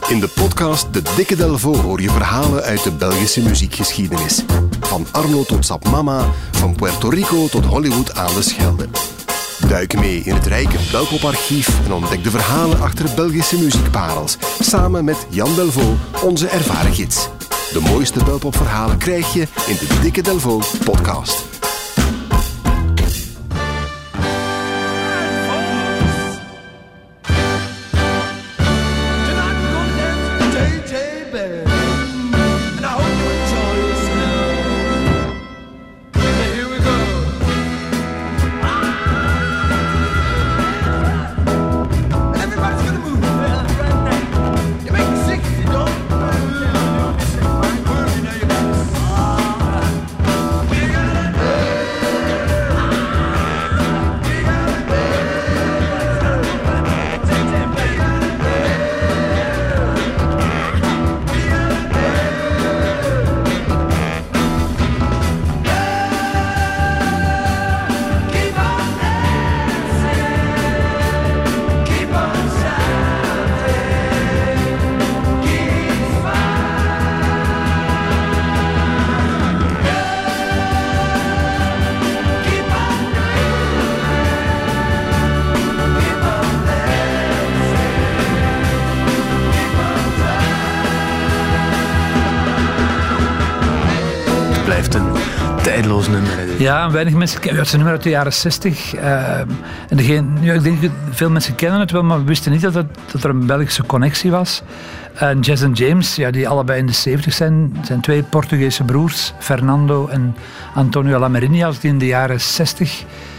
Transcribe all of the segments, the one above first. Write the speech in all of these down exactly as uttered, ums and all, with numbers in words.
In de podcast De Dikke Delvaux hoor je verhalen uit de Belgische muziekgeschiedenis. Van Arno tot Sap Mama, van Puerto Rico tot Hollywood aan de Schelde. Duik mee in het rijke Belpoparchief en ontdek de verhalen achter Belgische muziekparels. Samen met Jan Delvaux, onze ervaren gids. De mooiste Belpopverhalen krijg je in de Dikke Delvaux podcast. Tijdloos nummer. Ja, weinig mensen kennen het. Het is een nummer uit de jaren zestig. Uh, en degene, ja, ik denk dat veel mensen kennen het wel, maar we wisten niet dat, het, dat er een Belgische connectie was. En Jazz en James, ja, die allebei in de zeventig zijn, zijn twee Portugese broers, Fernando en Antonio Lamerinha, die in de jaren zestig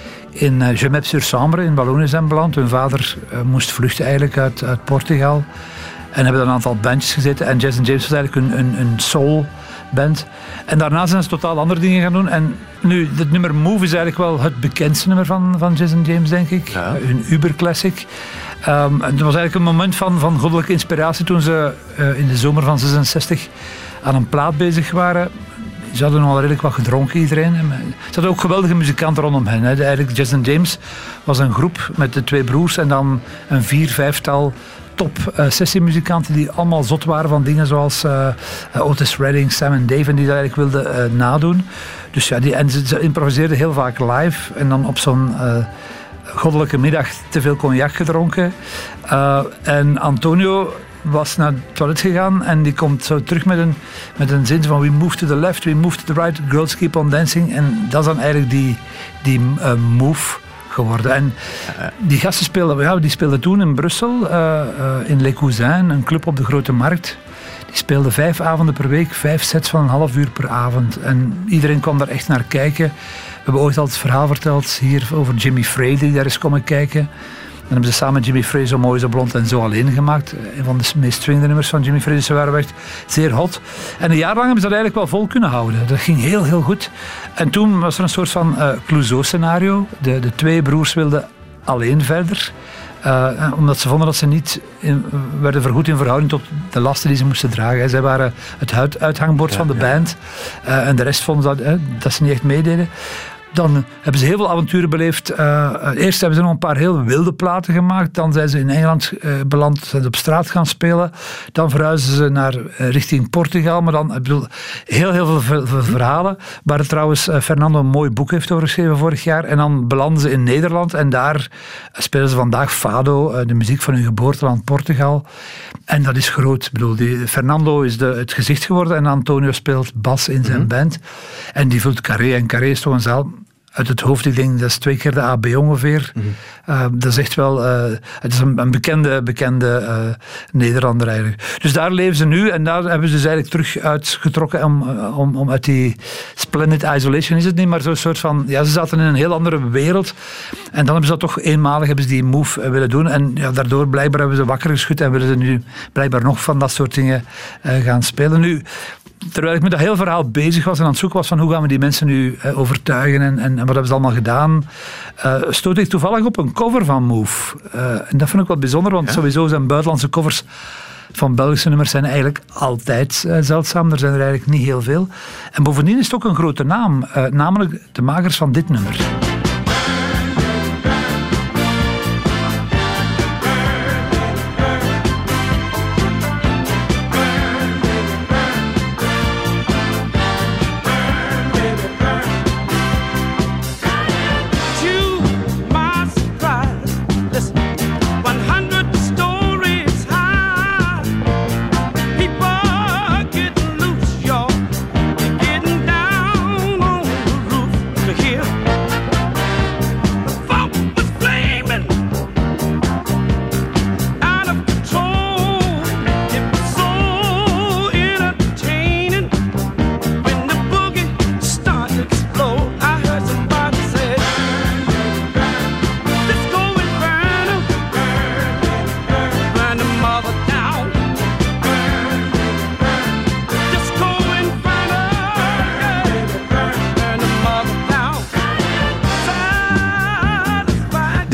in uh, Gemep-sur-Sambre in Wallonië zijn beland. Hun vader uh, moest vluchten eigenlijk uit, uit Portugal. En hebben dan een aantal bandjes gezeten. En Jazz en James was eigenlijk een, een, een soul band. En daarna zijn ze totaal andere dingen gaan doen. En nu, het nummer Move is eigenlijk wel het bekendste nummer van, van Jazz and James, denk ik. Ja. Hun uberclassic. Um, het was eigenlijk een moment van, van goddelijke inspiratie toen ze uh, in de zomer van zesenzestig aan een plaat bezig waren. Ze hadden nog al redelijk wat gedronken, iedereen. Ze hadden ook geweldige muzikanten rondom hen. Hè. Eigenlijk Jazz and James was een groep met de twee broers en dan een vier, vijftal top uh, sessiemuzikanten die allemaal zot waren van dingen zoals uh, Otis Redding, Sam en Dave en die dat eigenlijk wilden uh, nadoen. Dus ja, die, en ze, ze improviseerden heel vaak live en dan op zo'n uh, goddelijke middag te veel cognac gedronken. Uh, en Antonio was naar het toilet gegaan en die komt zo terug met een, met een zin van we move to the left, we move to the right, girls keep on dancing. En dat is dan eigenlijk die, die uh, move geworden. En die gasten speelden, ja, die speelden toen in Brussel, uh, uh, in Les Cousins, een club op de Grote Markt. Die speelden vijf avonden per week, vijf sets van een half uur per avond. En iedereen kwam daar echt naar kijken. We hebben ooit al het verhaal verteld hier over Jimmy Frey, die daar is komen kijken. Dan hebben ze samen met Jimmy Frey Zo Mooi, Zo Blond en Zo Alleen gemaakt. Een van de meest swingende nummers van Jimmy Frey. Dus ze waren echt zeer hot. En een jaar lang hebben ze dat eigenlijk wel vol kunnen houden. Dat ging heel, heel goed. En toen was er een soort van uh, Clouseau-scenario. De, de twee broers wilden alleen verder. Uh, omdat ze vonden dat ze niet in, werden vergoed in verhouding tot de lasten die ze moesten dragen. Zij waren het uithangbord ja, van de ja. band. Uh, en de rest vonden dat, uh, dat ze niet echt meededen. Dan hebben ze heel veel avonturen beleefd. Uh, eerst hebben ze nog een paar heel wilde platen gemaakt. Dan zijn ze in Engeland uh, beland, zijn ze op straat gaan spelen. Dan verhuizen ze naar uh, richting Portugal. Maar dan, ik bedoel, heel, heel veel, veel verhalen. Waar trouwens uh, Fernando een mooi boek heeft over geschreven vorig jaar. En dan belanden ze in Nederland. En daar uh, spelen ze vandaag fado, uh, de muziek van hun geboorteland Portugal. En dat is groot. Ik bedoel, die, Fernando is de, het gezicht geworden. En Antonio speelt bas in zijn mm-hmm. band. En die vult Carré. En Carré is toch een zaal uit het hoofd, ik denk dat is twee keer de A B ongeveer. Mm-hmm. Uh, dat is echt wel, uh, het is een, een bekende, bekende uh, Nederlander eigenlijk. Dus daar leven ze nu en daar hebben ze dus eigenlijk terug uitgetrokken om, om, om uit die splendid isolation is het niet, maar zo'n soort van, ja, ze zaten in een heel andere wereld en dan hebben ze dat toch eenmalig hebben ze die move uh, willen doen en ja, daardoor blijkbaar hebben ze wakker geschud en willen ze nu blijkbaar nog van dat soort dingen uh, gaan spelen. Nu, terwijl ik met dat hele verhaal bezig was en aan het zoeken was van hoe gaan we die mensen nu uh, overtuigen en, en, en wat hebben ze allemaal gedaan, uh, stoot ik toevallig op een cover van Move. Uh, en dat vind ik wel bijzonder, want ja? sowieso zijn buitenlandse covers van Belgische nummers zijn eigenlijk altijd uh, zeldzaam. Er zijn er eigenlijk niet heel veel. En bovendien is het ook een grote naam, uh, namelijk de makers van dit nummer.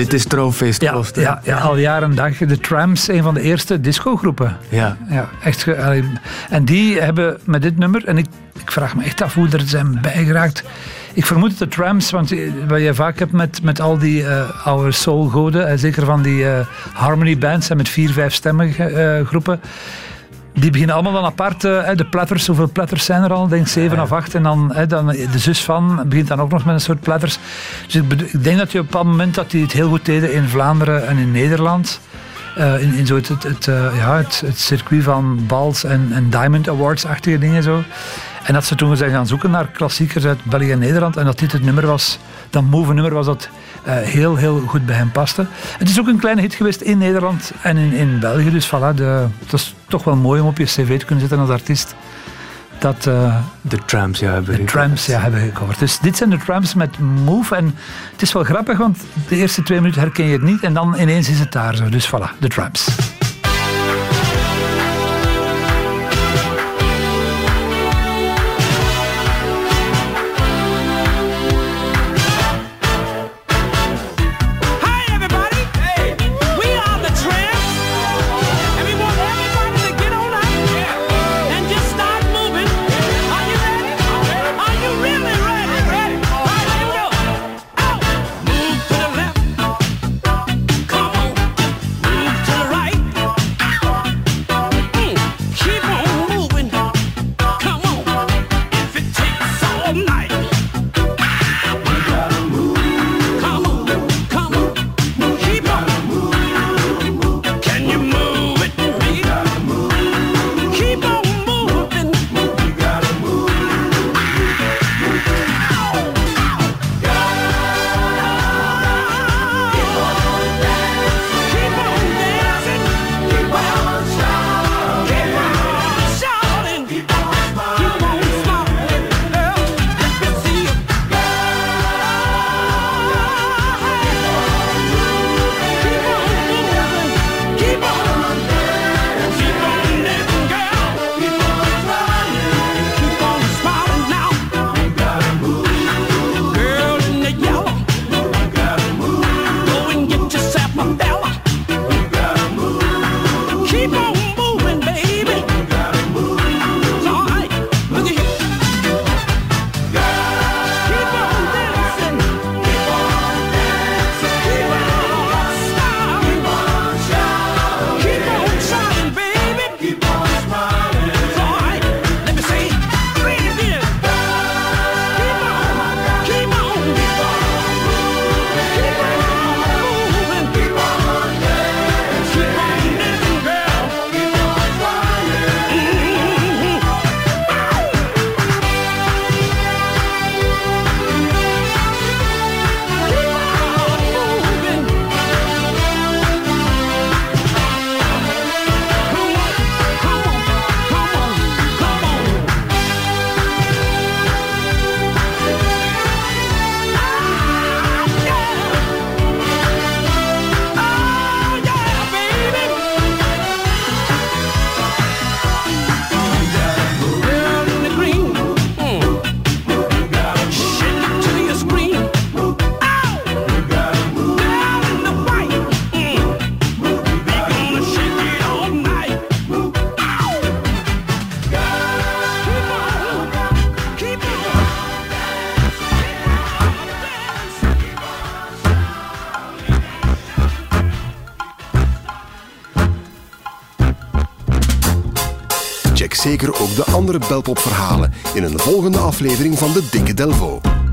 dit is Troonfeest. Ja, ja, ja, al jaren en dag. De Tramps, een van de eerste discogroepen. Ja. Ja, echt. Ge- en die hebben met dit nummer, en ik, ik vraag me echt af hoe er zijn bijgeraakt. Ik vermoed het de Tramps, want wat je vaak hebt met, met al die uh, oude soulgoden, en zeker van die uh, harmony bands en met vier, vijfstemmige uh, groepen. Die beginnen allemaal dan apart, uh, de platters, hoeveel platters zijn er al? Ik denk zeven ja. of acht. En dan, uh, dan de zus van begint dan ook nog met een soort platters. Dus ik, bedo- ik denk dat je op een bepaald moment dat die het heel goed deden in Vlaanderen en in Nederland. Uh, in, in zo het, het, het, uh, ja, het, het circuit van Bals en, en Diamond Awards-achtige dingen zo. En dat ze toen zijn gaan zoeken naar klassiekers uit België en Nederland. En dat dit het nummer was, dat move nummer was dat uh, heel, heel goed bij hem paste. Het is ook een kleine hit geweest in Nederland en in, in België. Dus voilà, de, het is toch wel mooi om op je cv te kunnen zetten als artiest. Dat uh, de Tramps ja, hebben de Tramps ja, hebben gecoverd. Dus dit zijn de Tramps met Move. En het is wel grappig, want de eerste twee minuten herken je het niet. En dan ineens is het daar zo. Dus voilà, de Tramps. Check zeker ook de andere Belpop-verhalen in een volgende aflevering van de Dikke Delvaux.